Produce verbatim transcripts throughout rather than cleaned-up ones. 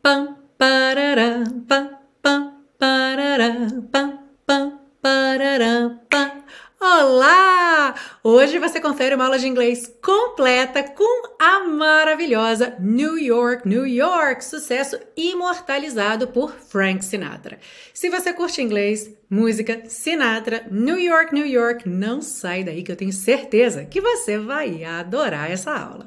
pam, parará, pam, pam, parará, pam, pam, parará, pam. Olá! Hoje você confere uma aula de inglês completa com a maravilhosa New York, New York, sucesso imortalizado por Frank Sinatra. Se você curte inglês, música, Sinatra, New York, New York, não sai daí que eu tenho certeza que você vai adorar essa aula.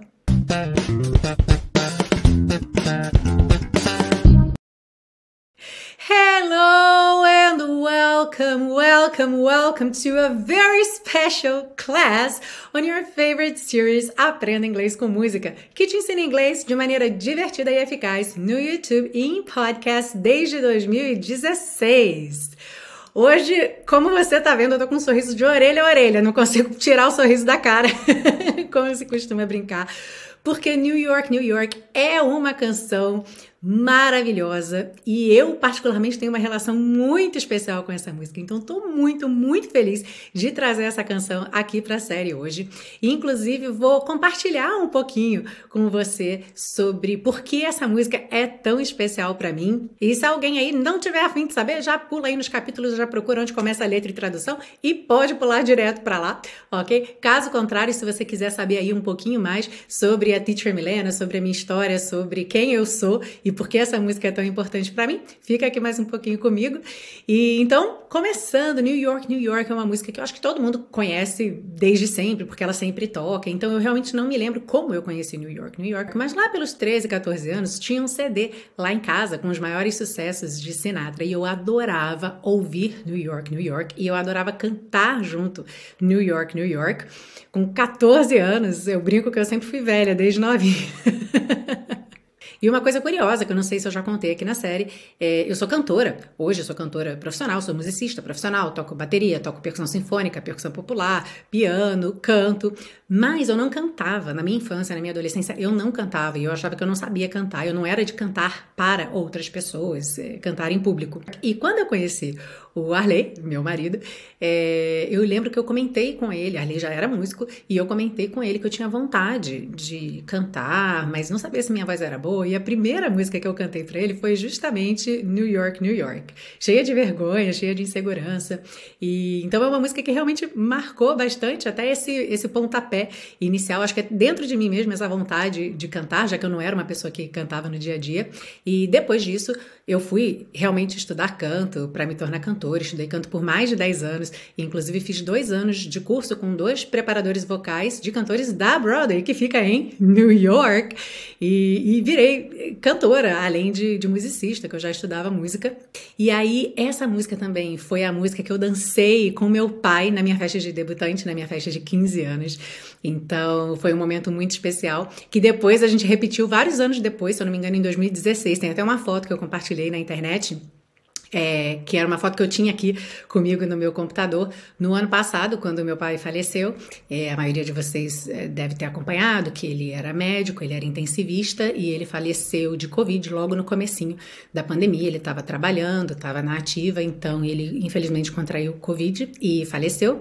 Hello and welcome, welcome, welcome to a very special class on your favorite series Aprenda Inglês com Música, que te ensina inglês de maneira divertida e eficaz no YouTube e em podcast desde dois mil e dezesseis. Hoje, como você tá vendo, eu tô com um sorriso de orelha a orelha, não consigo tirar o sorriso da cara, como se costuma brincar, porque New York, New York é uma canção maravilhosa e eu particularmente tenho uma relação muito especial com essa música, então estou muito, muito feliz de trazer essa canção aqui para a série hoje e inclusive vou compartilhar um pouquinho com você sobre por que essa música é tão especial para mim. E se alguém aí não tiver a fim de saber, já pula aí nos capítulos, já procura onde começa a letra e tradução e pode pular direto para lá, ok? Caso contrário, se você quiser saber aí um pouquinho mais sobre a Teacher Milena, sobre a minha história, sobre quem eu sou e por que essa música é tão importante para mim, fica aqui mais um pouquinho comigo. E então, começando, New York, New York é uma música que eu acho que todo mundo conhece desde sempre, porque ela sempre toca. Então, eu realmente não me lembro como eu conheci New York, New York. Mas lá pelos treze, catorze anos, tinha um C D lá em casa com os maiores sucessos de Sinatra. E eu adorava ouvir New York, New York. E eu adorava cantar junto New York, New York. Com catorze anos, eu brinco que eu sempre fui velha, desde novinha. E uma coisa curiosa, que eu não sei se eu já contei aqui na série, é, eu sou cantora. Hoje eu sou cantora profissional, sou musicista profissional, toco bateria, toco percussão sinfônica, percussão popular, piano, canto. Mas eu não cantava. Na minha infância, na minha adolescência, eu não cantava. E eu achava que eu não sabia cantar. Eu não era de cantar para outras pessoas, é, cantar em público. E quando eu conheci o Arley, meu marido, é, eu lembro que eu comentei com ele, Arley já era músico, e eu comentei com ele que eu tinha vontade de cantar, mas não sabia se minha voz era boa. E a primeira música que eu cantei para ele foi justamente New York, New York. Cheia de vergonha, cheia de insegurança. E então é uma música que realmente marcou bastante até esse, esse pontapé inicial. Acho que é dentro de mim mesmo essa vontade de cantar, já que eu não era uma pessoa que cantava no dia a dia. E depois disso, eu fui realmente estudar canto para me tornar cantora. Estudei canto por mais de dez anos. E, inclusive, fiz dois anos de curso com dois preparadores vocais de cantores da Broadway, que fica em New York. E, e virei cantora, além de, de musicista, que eu já estudava música. E aí, essa música também foi a música que eu dancei com meu pai na minha festa de debutante, na minha festa de quinze anos. Então, foi um momento muito especial, que depois a gente repetiu vários anos depois, se eu não me engano, em dois mil e dezesseis. Tem até uma foto que eu compartilhei na internet, É, que era uma foto que eu tinha aqui comigo no meu computador no ano passado, quando meu pai faleceu. É, a maioria de vocês é, deve ter acompanhado que ele era médico, ele era intensivista e ele faleceu de Covid logo no comecinho da pandemia. Ele estava trabalhando, estava na ativa, então ele infelizmente contraiu Covid e faleceu.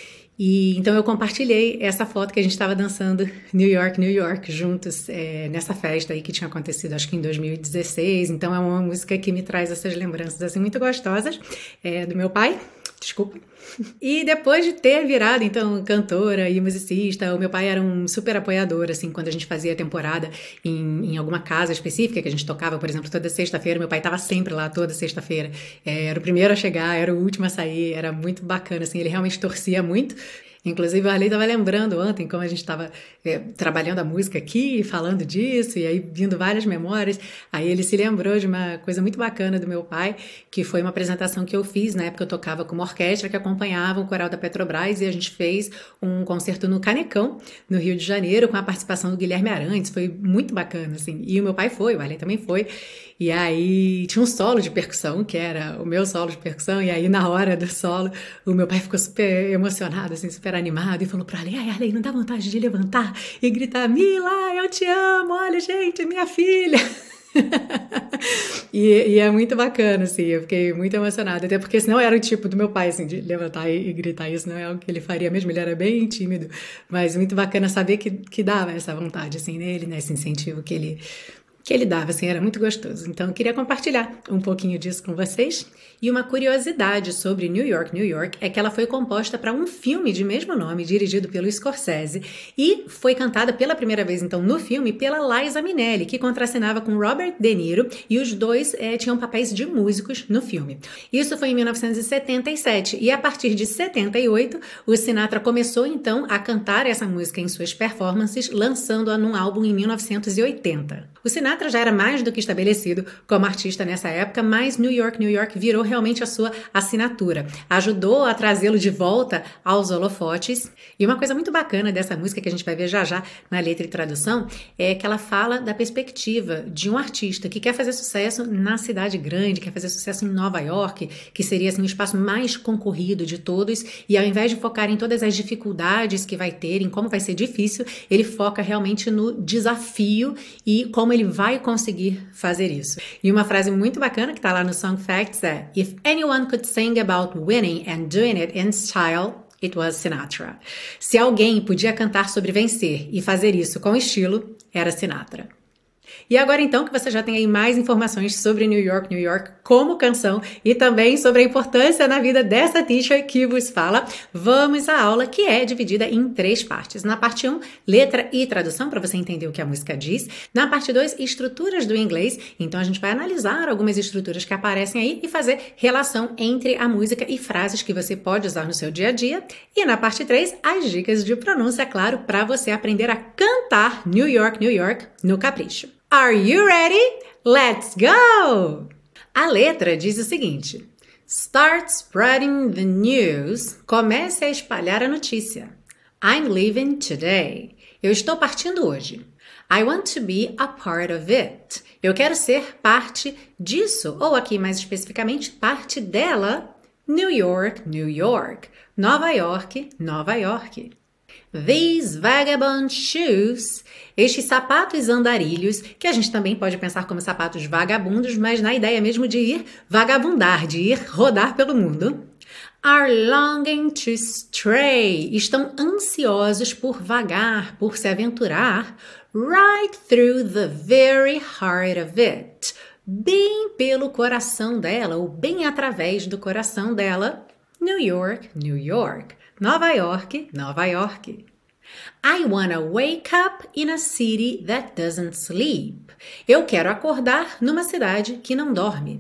E então eu compartilhei essa foto que a gente estava dançando New York, New York juntos é, nessa festa aí que tinha acontecido acho que em dois mil e dezesseis. Então é uma música que me traz essas lembranças assim muito gostosas é, do meu pai. Desculpa. E depois de ter virado, então, cantora e musicista, o meu pai era um super apoiador, assim, quando a gente fazia temporada em, em alguma casa específica, que a gente tocava, por exemplo, toda sexta-feira, meu pai estava sempre lá, toda sexta-feira. É, era o primeiro a chegar, era o último a sair, era muito bacana, assim, ele realmente torcia muito. Inclusive, o Arley estava lembrando ontem como a gente estava é, trabalhando a música aqui, falando disso, e aí vindo várias memórias. Aí ele se lembrou de uma coisa muito bacana do meu pai, que foi uma apresentação que eu fiz. Na época eu tocava com uma orquestra que acompanhava o coral da Petrobras, e a gente fez um concerto no Canecão, no Rio de Janeiro, com a participação do Guilherme Arantes. Foi muito bacana, assim. E o meu pai foi, o Arley também foi. E aí tinha um solo de percussão, que era o meu solo de percussão, e aí na hora do solo, o meu pai ficou super emocionado, assim, super animado, e falou pra Arley, ai, Arley, não dá vontade de levantar e gritar, Mila, eu te amo, olha, gente, minha filha. e, e é muito bacana, assim, eu fiquei muito emocionada, até porque senão era o tipo do meu pai, assim, de levantar e, e gritar, isso não é algo que ele faria mesmo, ele era bem tímido, mas muito bacana saber que, que dava essa vontade, assim, nele, né, esse incentivo que ele que ele dava, assim, era muito gostoso. Então, eu queria compartilhar um pouquinho disso com vocês. E uma curiosidade sobre New York, New York, é que ela foi composta para um filme de mesmo nome, dirigido pelo Scorsese, e foi cantada pela primeira vez, então, no filme, pela Liza Minnelli, que contracenava com Robert De Niro, e os dois é, tinham papéis de músicos no filme. Isso foi em mil novecentos e setenta e sete, e a partir de setenta e oito, o Sinatra começou, então, a cantar essa música em suas performances, lançando-a num álbum em mil novecentos e oitenta. O Sinatra já era mais do que estabelecido como artista nessa época, mas New York, New York virou realmente a sua assinatura. Ajudou a trazê-lo de volta aos holofotes. E uma coisa muito bacana dessa música, que a gente vai ver já já na letra e tradução, é que ela fala da perspectiva de um artista que quer fazer sucesso na cidade grande, quer fazer sucesso em Nova York, que seria assim, o espaço mais concorrido de todos, e ao invés de focar em todas as dificuldades que vai ter, em como vai ser difícil, ele foca realmente no desafio e como ele vai conseguir fazer isso. E uma frase muito bacana que está lá no Song Facts é: If anyone could sing about winning and doing it in style, it was Sinatra. Se alguém podia cantar sobre vencer e fazer isso com estilo, era Sinatra. E agora então que você já tem aí mais informações sobre New York, New York como canção e também sobre a importância na vida dessa teacher que vos fala, vamos à aula que é dividida em três partes. Na parte um, letra e tradução para você entender o que a música diz. Na parte dois, estruturas do inglês. Então a gente vai analisar algumas estruturas que aparecem aí e fazer relação entre a música e frases que você pode usar no seu dia a dia. E na parte três, as dicas de pronúncia, claro, para você aprender a cantar New York, New York no capricho. Are you ready? Let's go! A letra diz o seguinte: Start spreading the news. Comece a espalhar a notícia. I'm leaving today. Eu estou partindo hoje. I want to be a part of it. Eu quero ser parte disso, ou aqui mais especificamente, parte dela. New York, New York. Nova York, Nova York. These vagabond shoes, estes sapatos andarilhos, que a gente também pode pensar como sapatos vagabundos, mas na ideia mesmo de ir vagabundar, de ir rodar pelo mundo, are longing to stray, estão ansiosos por vagar, por se aventurar, right through the very heart of it, bem pelo coração dela, ou bem através do coração dela, New York, New York. Nova York, Nova York. I wanna wake up in a city that doesn't sleep. Eu quero acordar numa cidade que não dorme.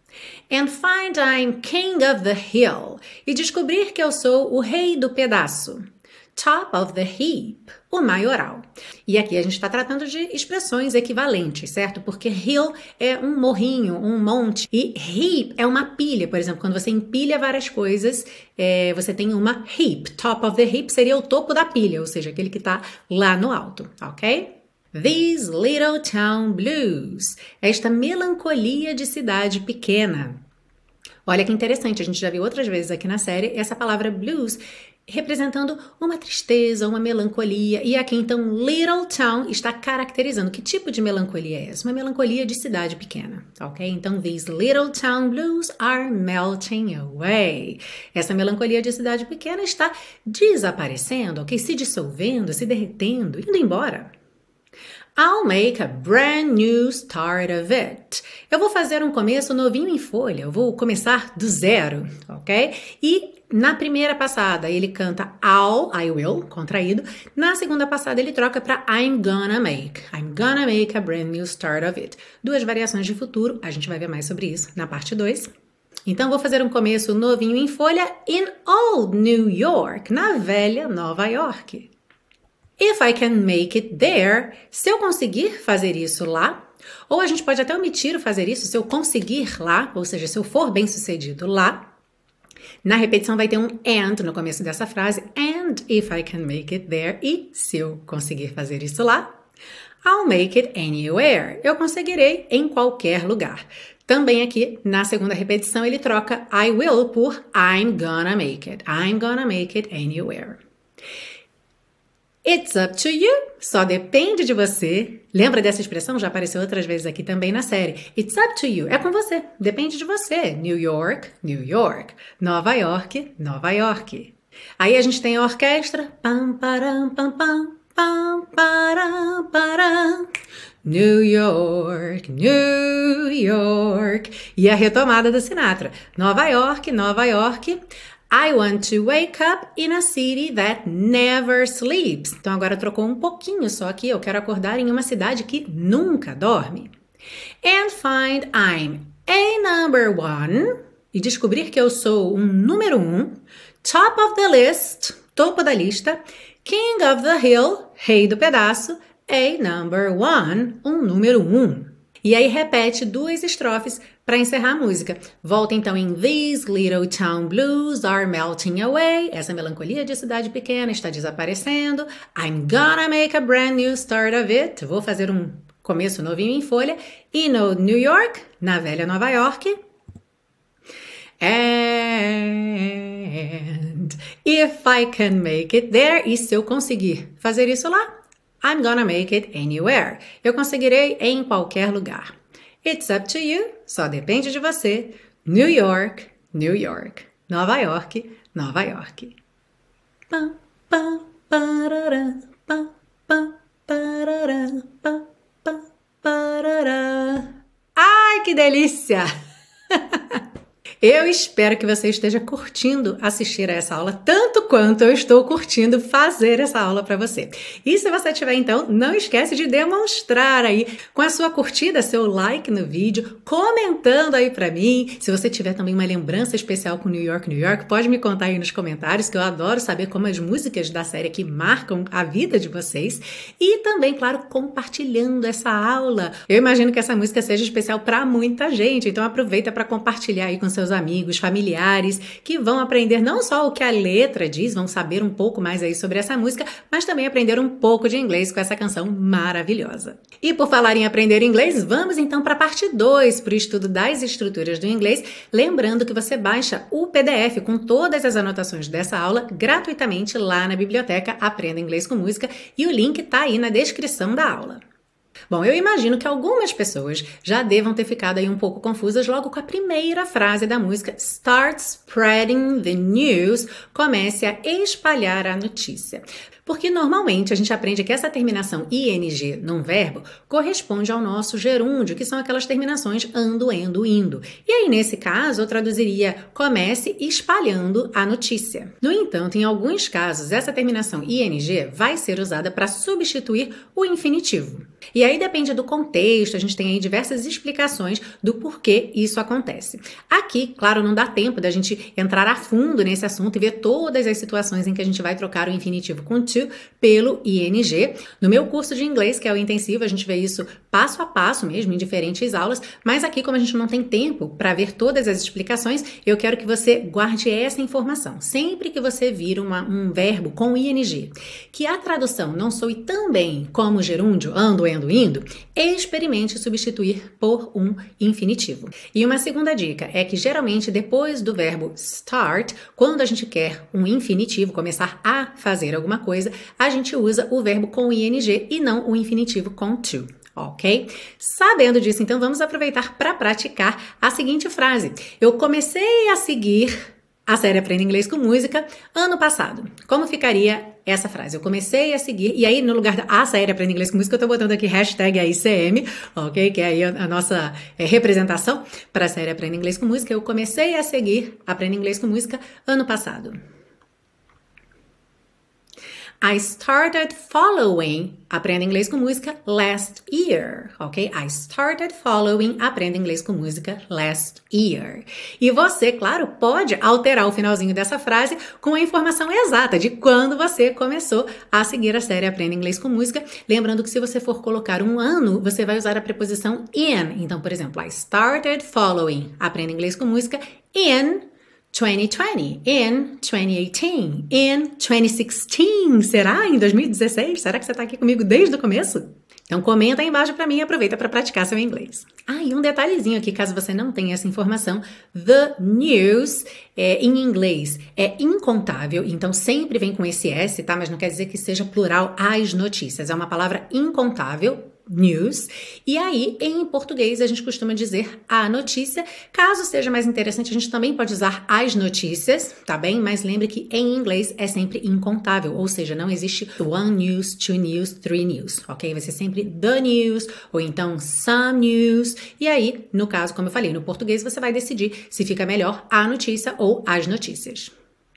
And find I'm king of the hill. E descobrir que eu sou o rei do pedaço. Top of the heap, o maioral. E aqui a gente está tratando de expressões equivalentes, certo? Porque hill é um morrinho, um monte, e heap é uma pilha. Por exemplo, quando você empilha várias coisas, é, você tem uma heap. Top of the heap seria o topo da pilha, ou seja, aquele que está lá no alto, ok? These little town blues, esta melancolia de cidade pequena. Olha que interessante, a gente já viu outras vezes aqui na série essa palavra blues representando uma tristeza, uma melancolia. E aqui, então, Little Town está caracterizando que tipo de melancolia é essa? Uma melancolia de cidade pequena, ok? Então, these Little Town Blues are melting away. Essa melancolia de cidade pequena está desaparecendo, ok? Se dissolvendo, se derretendo, indo embora. I'll make a brand new start of it. Eu vou fazer um começo novinho em folha, eu vou começar do zero, ok? E na primeira passada ele canta I'll, I will, contraído. Na segunda passada ele troca para I'm gonna make. I'm gonna make a brand new start of it. Duas variações de futuro, a gente vai ver mais sobre isso na parte dois. Então vou fazer um começo novinho em folha in old New York, na velha Nova York. If I can make it there, se eu conseguir fazer isso lá, ou a gente pode até omitir o fazer isso, se eu conseguir lá, ou seja, se eu for bem sucedido lá. Na repetição vai ter um and no começo dessa frase, and if I can make it there, e se eu conseguir fazer isso lá, I'll make it anywhere, eu conseguirei em qualquer lugar. Também aqui, na segunda repetição, ele troca I will por I'm gonna make it, I'm gonna make it anywhere. It's up to you. Só depende de você. Lembra dessa expressão? Já apareceu outras vezes aqui também na série. It's up to you. É com você. Depende de você. New York, New York. Nova York, Nova York. Aí a gente tem a orquestra. Pam, param, pam, pam. Pam, para, para. New York, New York. E a retomada do Sinatra. Nova York, Nova York. I want to wake up in a city that never sleeps. Então agora trocou um pouquinho só aqui. Eu quero acordar em uma cidade que nunca dorme. And find I'm a number one. E descobrir que eu sou um número um. Top of the list, topo da lista. King of the hill, rei do pedaço. A number one, um número um. E aí repete duas estrofes para encerrar a música. Volta então em These little town blues are melting away. Essa melancolia de cidade pequena está desaparecendo. I'm gonna make a brand new start of it. Vou fazer um começo novinho em folha. In old New York, na velha Nova York. And if I can make it there. E se eu conseguir fazer isso lá? I'm gonna make it anywhere. Eu conseguirei em qualquer lugar. It's up to you. Só depende de você. New York, New York. Nova York, Nova York. Pam, pam, parará, pam, pam, parará, pam, pam, parará. Ai, que delícia! Eu espero que você esteja curtindo assistir a essa aula tanto quanto eu estou curtindo fazer essa aula para você. E se você tiver, então, não esquece de demonstrar aí com a sua curtida, seu like no vídeo, comentando aí para mim. Se você tiver também uma lembrança especial com New York, New York, pode me contar aí nos comentários, que eu adoro saber como as músicas da série aqui marcam a vida de vocês. E também, claro, compartilhando essa aula. Eu imagino que essa música seja especial para muita gente, então aproveita para compartilhar aí com seus amigos, familiares, que vão aprender não só o que a letra diz, vão saber um pouco mais aí sobre essa música, mas também aprender um pouco de inglês com essa canção maravilhosa. E por falar em aprender inglês, vamos então para a parte dois, para o estudo das estruturas do inglês, lembrando que você baixa o P D F com todas as anotações dessa aula gratuitamente lá na biblioteca Aprenda Inglês com Música, e o link está aí na descrição da aula. Bom, eu imagino que algumas pessoas já devam ter ficado aí um pouco confusas logo com a primeira frase da música Start spreading the news, comece a espalhar a notícia. Porque normalmente a gente aprende que essa terminação ing num verbo corresponde ao nosso gerúndio, que são aquelas terminações ando, endo, indo. E aí, nesse caso, eu traduziria comece espalhando a notícia. No entanto, em alguns casos, essa terminação ing vai ser usada para substituir o infinitivo. E aí depende do contexto, a gente tem aí diversas explicações do porquê isso acontece. Aqui, claro, não dá tempo da gente entrar a fundo nesse assunto e ver todas as situações em que a gente vai trocar o infinitivo com to pelo ing. No meu curso de inglês, que é o intensivo, a gente vê isso passo a passo mesmo, em diferentes aulas, mas aqui, como a gente não tem tempo para ver todas as explicações, eu quero que você guarde essa informação. Sempre que você vir uma, um verbo com ing, que a tradução não soe tão bem como o gerúndio, ando, endo, indo, experimente substituir por um infinitivo. E uma segunda dica é que, geralmente, depois do verbo start, quando a gente quer um infinitivo, começar a fazer alguma coisa, a gente usa o verbo com ing e não o infinitivo com to. Ok? Sabendo disso, então, vamos aproveitar para praticar a seguinte frase. Eu comecei a seguir a série Aprenda Inglês com Música ano passado. Como ficaria essa frase? Eu comecei a seguir, e aí no lugar da a série Aprenda Inglês com Música, eu tô botando aqui hashtag I C M, ok? Que é aí a, a nossa é, representação para a série Aprenda Inglês com Música. Eu comecei a seguir Aprenda Inglês com Música ano passado. I started following Aprenda Inglês com Música last year, ok? I started following Aprenda Inglês com Música last year. E você, claro, pode alterar o finalzinho dessa frase com a informação exata de quando você começou a seguir a série Aprenda Inglês com Música. Lembrando que se você for colocar um ano, você vai usar a preposição in. Então, por exemplo, I started following Aprenda Inglês com Música in twenty twenty, in twenty eighteen, in twenty sixteen, será? Em dois mil e dezesseis? Será que você está aqui comigo desde o começo? Então comenta aí embaixo para mim e aproveita para praticar seu inglês. Ah, e um detalhezinho aqui, caso você não tenha essa informação, the news é, em inglês é incontável, então sempre vem com esse S, tá? Mas não quer dizer que seja plural as notícias, é uma palavra incontável, news. E aí, em português, a gente costuma dizer a notícia. Caso seja mais interessante, a gente também pode usar as notícias, tá bem? Mas lembre que em inglês é sempre incontável, ou seja, não existe one news, two news, three news, ok? Vai ser sempre the news, ou então some news. E aí, no caso, como eu falei, no português você vai decidir se fica melhor a notícia ou as notícias.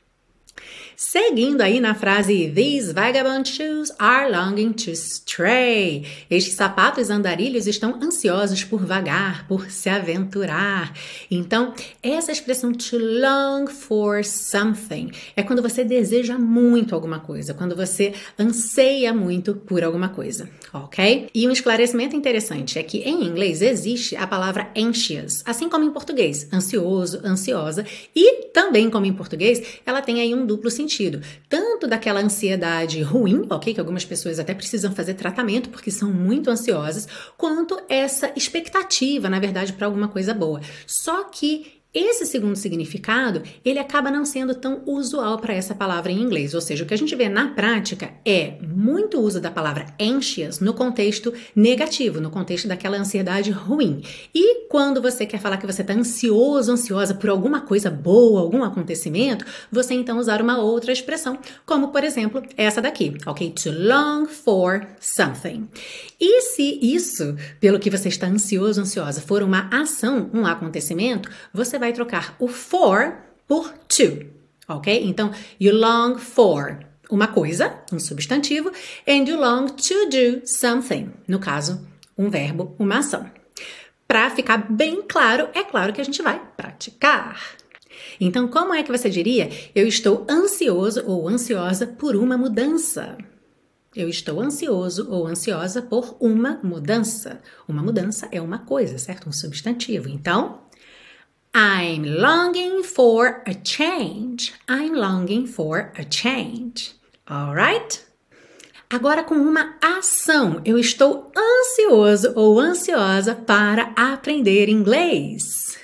Seguindo aí na frase These vagabond shoes are longing to stray. Estes sapatos andarilhos estão ansiosos por vagar, por se aventurar. Então, essa expressão to long for something é quando você deseja muito alguma coisa, quando você anseia muito por alguma coisa, ok? E um esclarecimento interessante é que em inglês existe a palavra anxious, assim como em português, ansioso, ansiosa, e também como em português, ela tem aí um duplo sentido. Sentido, tanto daquela ansiedade ruim, ok, que algumas pessoas até precisam fazer tratamento porque são muito ansiosas, quanto essa expectativa, na verdade, para alguma coisa boa. Só que esse segundo significado, ele acaba não sendo tão usual para essa palavra em inglês, ou seja, o que a gente vê na prática é muito uso da palavra anxious no contexto negativo, no contexto daquela ansiedade ruim. E quando você quer falar que você está ansioso, ansiosa por alguma coisa boa, algum acontecimento, você então usar uma outra expressão, como por exemplo essa daqui, ok? To long for something. E se isso, pelo que você está ansioso, ansiosa, for uma ação, um acontecimento, você vai trocar o for por to, ok? Então, you long for uma coisa, um substantivo, and you long to do something, no caso, um verbo, uma ação. Para ficar bem claro, é claro que a gente vai praticar. Então, como é que você diria? Eu estou ansioso ou ansiosa por uma mudança. Eu estou ansioso ou ansiosa por uma mudança. Uma mudança é uma coisa, certo? Um substantivo. Então, I'm longing for a change. I'm longing for a change. Alright? Agora com uma ação. Eu estou ansioso ou ansiosa para aprender inglês.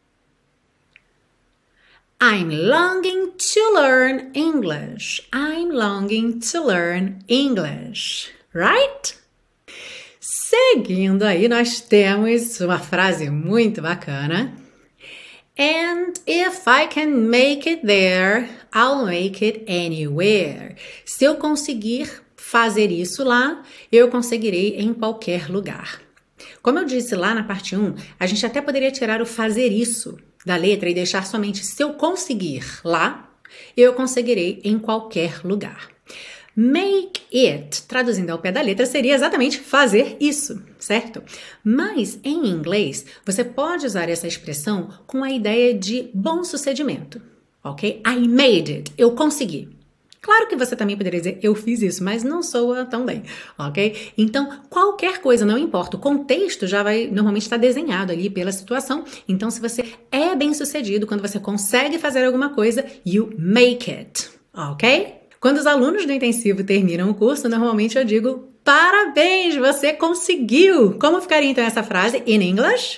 I'm longing to learn English. I'm longing to learn English. Right? Seguindo aí, nós temos uma frase muito bacana. And if I can make it there, I'll make it anywhere. Se eu conseguir fazer isso lá, eu conseguirei em qualquer lugar. Como eu disse lá na parte um, a gente até poderia tirar o fazer isso da letra e deixar somente se eu conseguir lá, eu conseguirei em qualquer lugar. Make it, traduzindo ao pé da letra, seria exatamente fazer isso, certo? Mas em inglês, você pode usar essa expressão com a ideia de bom sucedimento, ok? I made it, eu consegui. Claro que você também poderia dizer, eu fiz isso, mas não soa tão bem, ok? Então, qualquer coisa, não importa, o contexto já vai normalmente estar desenhado ali pela situação. Então, se você é bem sucedido, quando você consegue fazer alguma coisa, you make it, ok? Quando os alunos do intensivo terminam o curso, normalmente eu digo, parabéns, você conseguiu! Como ficaria então essa frase in English?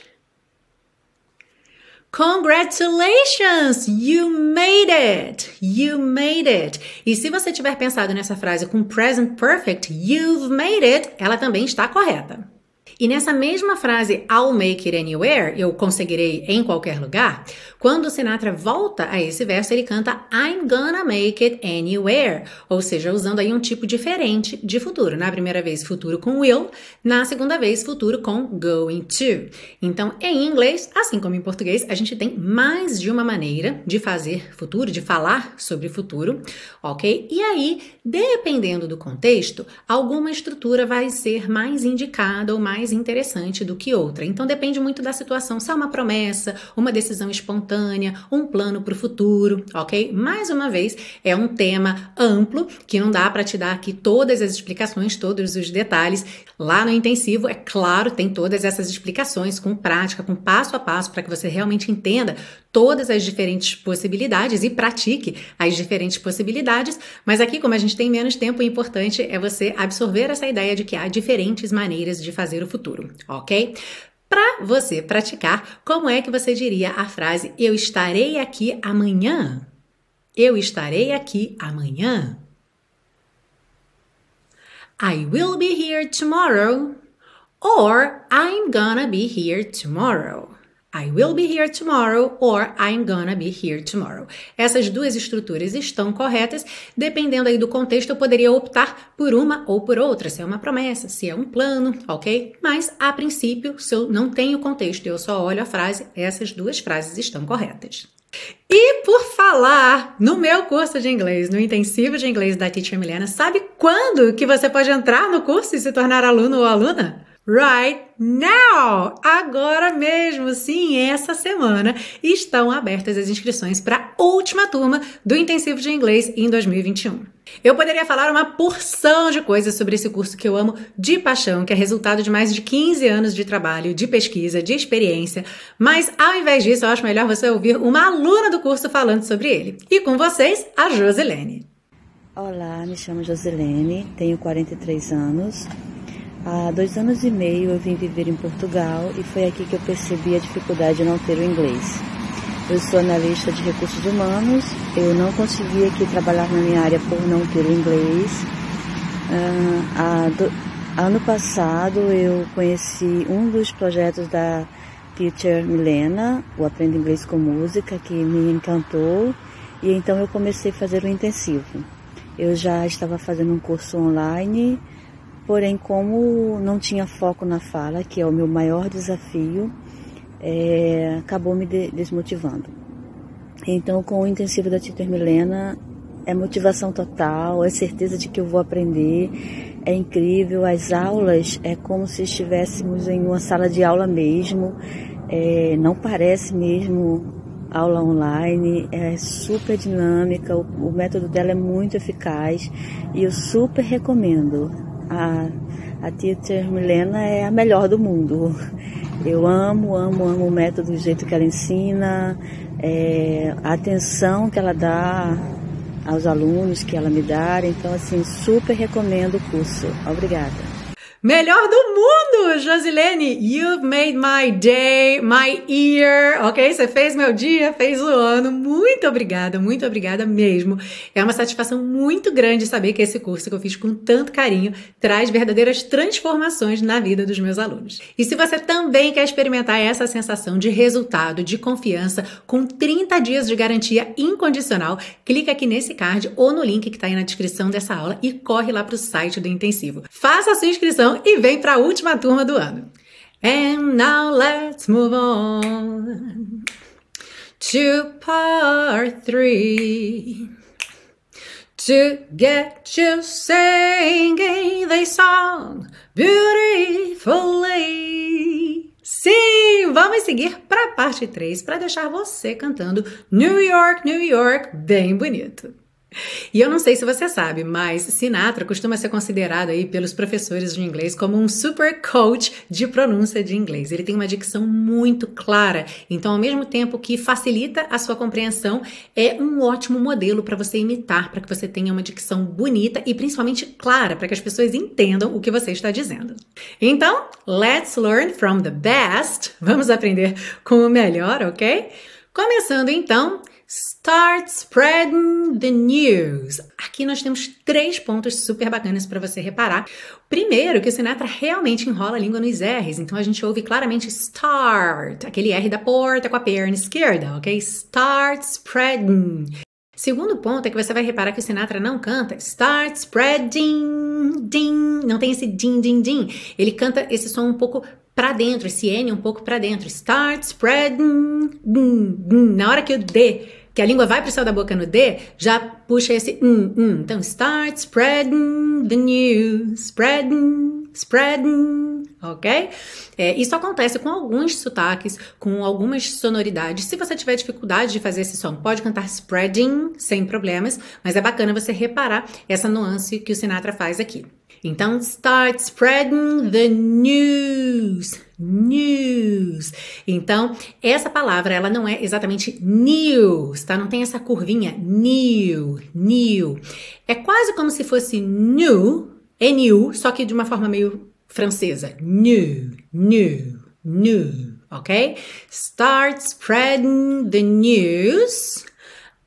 Congratulations! You made it! You made it! E se você tiver pensado nessa frase com present perfect, you've made it, ela também está correta. E nessa mesma frase, I'll make it anywhere, eu conseguirei em qualquer lugar, quando o Sinatra volta a esse verso, ele canta I'm gonna make it anywhere, ou seja, usando aí um tipo diferente de futuro. Na primeira vez, futuro com will, na segunda vez, futuro com going to. Então, em inglês, assim como em português, a gente tem mais de uma maneira de fazer futuro, de falar sobre futuro, ok? E aí, dependendo do contexto, alguma estrutura vai ser mais indicada ou mais interessante do que outra. Então, depende muito da situação, se é uma promessa, uma decisão espontânea, um plano para o futuro, ok? Mais uma vez, é um tema amplo que não dá para te dar aqui todas as explicações, todos os detalhes. Lá no intensivo, é claro, tem todas essas explicações com prática, com passo a passo, para que você realmente entenda todas as diferentes possibilidades e pratique as diferentes possibilidades. Mas aqui, como a gente tem menos tempo, o importante é você absorver essa ideia de que há diferentes maneiras de fazer o futuro, ok? Para você praticar, como é que você diria a frase eu estarei aqui amanhã? Eu estarei aqui amanhã. I will be here tomorrow. Or, I'm gonna be here tomorrow. I will be here tomorrow or I'm gonna be here tomorrow. Essas duas estruturas estão corretas. Dependendo aí do contexto, eu poderia optar por uma ou por outra. Se é uma promessa, se é um plano, ok? Mas, a princípio, se eu não tenho contexto e eu só olho a frase, essas duas frases estão corretas. E por falar no meu curso de inglês, no intensivo de inglês da Teacher Milena, sabe quando que você pode entrar no curso e se tornar aluno ou aluna? Right now! Agora mesmo, sim, essa semana estão abertas as inscrições para a última turma do Intensivo de Inglês em dois mil e vinte e um. Eu poderia falar uma porção de coisas sobre esse curso que eu amo de paixão, que é resultado de mais de quinze anos de trabalho, de pesquisa, de experiência, mas ao invés disso eu acho melhor você ouvir uma aluna do curso falando sobre ele. E com vocês, a Josilene. Olá, me chamo Josilene, tenho quarenta e três anos. Há dois anos e meio eu vim viver em Portugal e foi aqui que eu percebi a dificuldade de não ter o inglês. Eu sou analista de recursos humanos, eu não consegui aqui trabalhar na minha área por não ter o inglês. Uh, há do, ano passado eu conheci um dos projetos da Teacher Milena, o Aprenda Inglês com Música, que me encantou, e então eu comecei a fazer o intensivo. Eu já estava fazendo um curso online, porém, como não tinha foco na fala, que é o meu maior desafio, é, acabou me de desmotivando. Então, com o intensivo da Teacher Milena, é motivação total, é certeza de que eu vou aprender, é incrível. As aulas é como se estivéssemos em uma sala de aula mesmo, é, não parece mesmo aula online, é super dinâmica, o, o método dela é muito eficaz e eu super recomendo. A, a Teacher Milena é a melhor do mundo. Eu amo, amo, amo o método, do jeito que ela ensina, é, a atenção que ela dá aos alunos, que ela me dá. Então, assim, super recomendo o curso. Obrigada. Melhor do mundo, Josilene! You've made my day, my year, ok? Você fez meu dia, fez o ano. Muito obrigada, muito obrigada mesmo. É uma satisfação muito grande saber que esse curso que eu fiz com tanto carinho traz verdadeiras transformações na vida dos meus alunos. E se você também quer experimentar essa sensação de resultado, de confiança, com trinta dias de garantia incondicional, clica aqui nesse card ou no link que está aí na descrição dessa aula e corre lá para o site do Intensivo. Faça a sua inscrição e vem para a última turma do ano. And now let's move on to part three, to get you singing the song beautifully. Sim, vamos seguir para a parte três para deixar você cantando New York, New York bem bonito. E eu não sei se você sabe, mas Sinatra costuma ser considerado aí pelos professores de inglês como um super coach de pronúncia de inglês. Ele tem uma dicção muito clara, então ao mesmo tempo que facilita a sua compreensão, é um ótimo modelo para você imitar, para que você tenha uma dicção bonita e principalmente clara, para que as pessoas entendam o que você está dizendo. Então, let's learn from the best. Vamos aprender com o melhor, ok? Começando então, start spreading the news. Aqui nós temos três pontos super bacanas para você reparar. Primeiro, que o Sinatra realmente enrola a língua nos R's, então a gente ouve claramente start, aquele R da porta com a perna esquerda, ok? Start spreading. Segundo ponto é que você vai reparar que o Sinatra não canta start spreading, din, não tem esse din, din, din. Ele canta esse som um pouco para dentro, esse N um pouco para dentro. Start spreading, din, din. Na hora que o D, que a língua vai pro céu da boca no D, já puxa esse um, um. Então, start spreading the news, spreading, spreading, ok? É, isso acontece com alguns sotaques, com algumas sonoridades. Se você tiver dificuldade de fazer esse som, pode cantar spreading sem problemas, mas é bacana você reparar essa nuance que o Sinatra faz aqui. Então, start spreading the news, news. Então, essa palavra, ela não é exatamente news, tá? Não tem essa curvinha, new, new. É quase como se fosse new, N U, só que de uma forma meio francesa. New, new, new, ok? Start spreading the news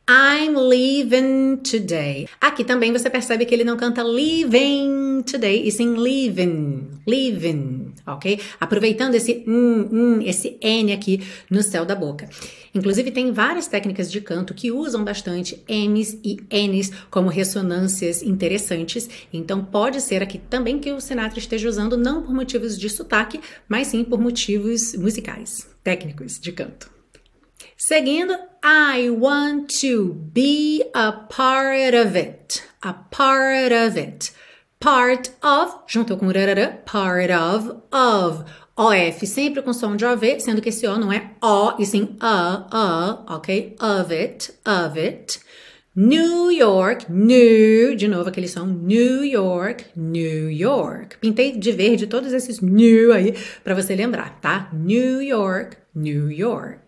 I'm leaving today. Aqui também você percebe que ele não canta leaving today, e sim leaving, leaving, ok? Aproveitando esse hum, hum, esse N aqui no céu da boca. Inclusive tem várias técnicas de canto que usam bastante M's e N's como ressonâncias interessantes, então pode ser aqui também que o Sinatra esteja usando não por motivos de sotaque, mas sim por motivos musicais, técnicos de canto. Seguindo, I want to be a part of it. A part of it. Part of, juntou com rarará, part of, of. O F sempre com som de O V, sendo que esse O não é O, e sim A, A, ok? Of it, of it. New York, new, de novo aquele som, New York, New York. Pintei de verde todos esses new aí para você lembrar, tá? New York, New York.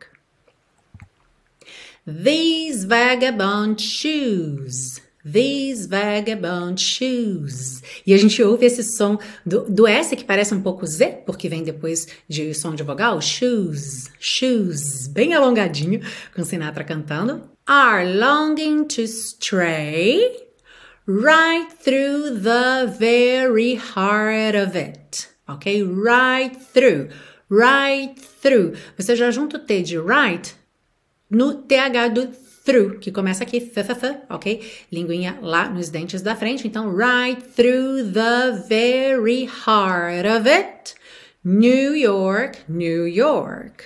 These vagabond shoes. These vagabond shoes. E a gente ouve esse som do, do S que parece um pouco Z, porque vem depois de som de vogal. Shoes, shoes. Bem alongadinho, com Sinatra cantando. Are longing to stray right through the very heart of it. Ok? Right through. Right through. Você já junta o T de right no T H do through, que começa aqui, th, th, th, ok? Linguinha lá nos dentes da frente. Então, right through the very heart of it, New York, New York.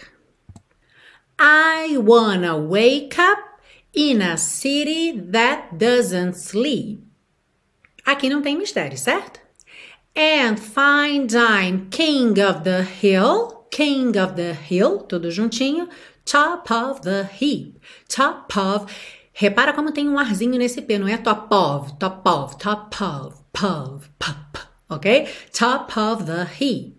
I wanna wake up in a city that doesn't sleep. Aqui não tem mistério, certo? And find I'm king of the hill, king of the hill, tudo juntinho. Top of the heap, top of, repara como tem um arzinho nesse P, não é top of, top of, top of, pov, pop, ok? Top of the heap.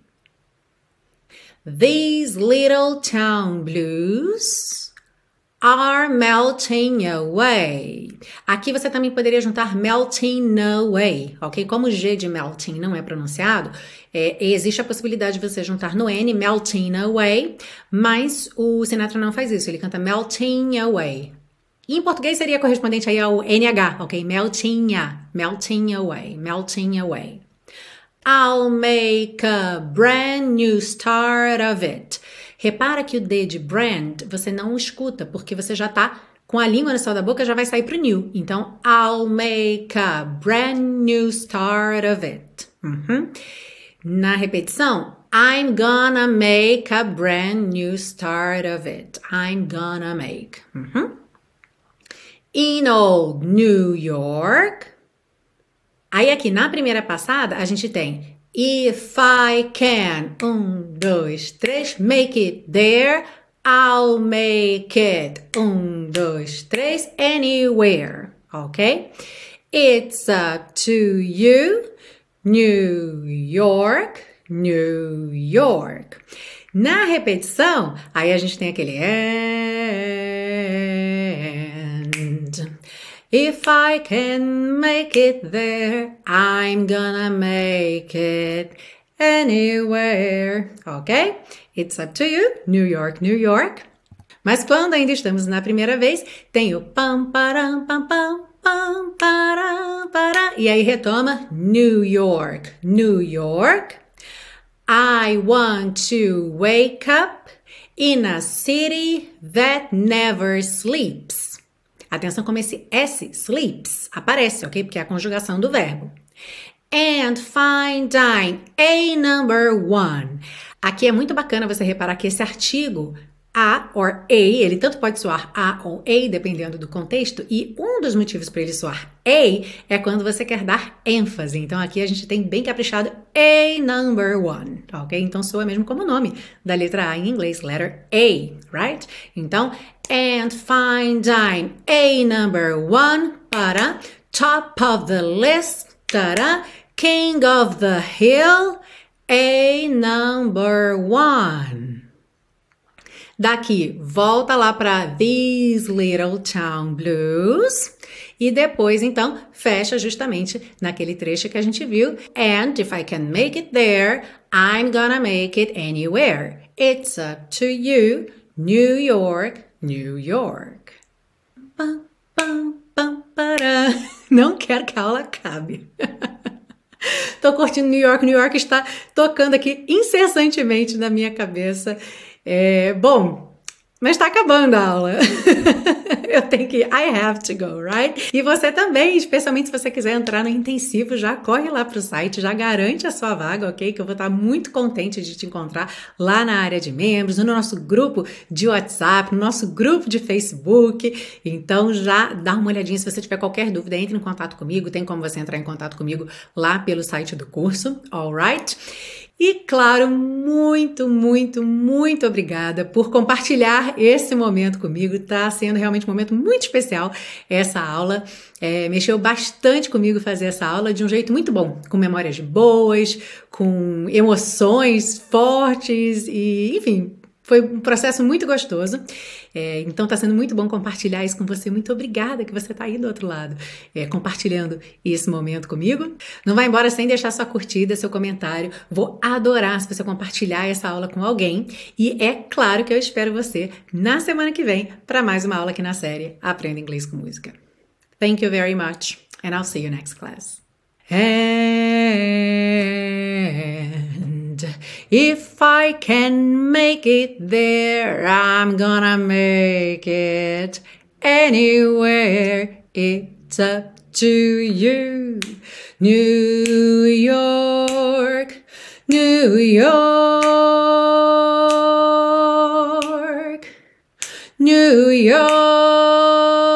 These little town blues are melting away. Aqui você também poderia juntar melting away, ok? Como o G de melting não é pronunciado, é, existe a possibilidade de você juntar no N, melting away, mas o Sinatra não faz isso, ele canta melting away. E em português seria correspondente aí ao N H, ok? Melting, a, melting away, melting away. I'll make a brand new start of it. Repara que o D de brand você não escuta, porque você já tá com a língua no céu da boca, já vai sair pro new. Então, I'll make a brand new start of it. Uhum. Na repetição, I'm gonna make a brand new start of it. I'm gonna make. Uhum. In old New York. Aí aqui na primeira passada a gente tem if I can, um, dois, três, make it there, I'll make it, um, dois, três, anywhere, ok? It's up to you, New York, New York. Na repetição, aí a gente tem aquele and. If I can make it there, I'm gonna make it anywhere. Ok? It's up to you, New York, New York. Mas quando ainda estamos na primeira vez, tem o pam, param, pam, pam, pam, param, param. E aí retoma New York, New York. I want to wake up in a city that never sleeps. Atenção como esse S, sleeps, aparece, ok? Porque é a conjugação do verbo. And find I'm a number one. Aqui é muito bacana você reparar que esse artigo a or a, ele tanto pode soar a ou a, dependendo do contexto, e um dos motivos para ele soar a é quando você quer dar ênfase. Então aqui a gente tem bem caprichado a number one, ok? Então soa mesmo como o nome da letra A em inglês, letter A, right? Então, and find I'm a number one, para top of the list, para king of the hill, a number one. Daqui, volta lá para These Little Town Blues e depois, então, fecha justamente naquele trecho que a gente viu. And if I can make it there, I'm gonna make it anywhere. It's up to you, New York, New York. Pam, Pam, pam, pará. Não quero que a aula acabe. Tô curtindo New York. New York está tocando aqui incessantemente na minha cabeça. É, bom, mas tá acabando a aula. Eu tenho que... I have to go, right? E você também, especialmente se você quiser entrar no intensivo, já corre lá pro site, já garante a sua vaga, ok? Que eu vou estar muito contente de te encontrar lá na área de membros, no nosso grupo de WhatsApp, no nosso grupo de Facebook. Então já dá uma olhadinha. Se você tiver qualquer dúvida, entre em contato comigo. Tem como você entrar em contato comigo lá pelo site do curso, alright? E claro, muito, muito, muito obrigada por compartilhar esse momento comigo. Tá sendo realmente um momento muito especial essa aula. É, mexeu bastante comigo fazer essa aula de um jeito muito bom, com memórias boas, com emoções fortes e, enfim, foi um processo muito gostoso. É, então tá sendo muito bom compartilhar isso com você. Muito obrigada que você tá aí do outro lado, é, compartilhando esse momento comigo. Não vai embora sem deixar sua curtida, seu comentário. Vou adorar se você compartilhar essa aula com alguém. E é claro que eu espero você na semana que vem para mais uma aula aqui na série Aprenda Inglês com Música. Thank you very much, and I'll see you next class. And if I can make it there, I'm gonna make it anywhere. It's up to you. New York, New York, New York.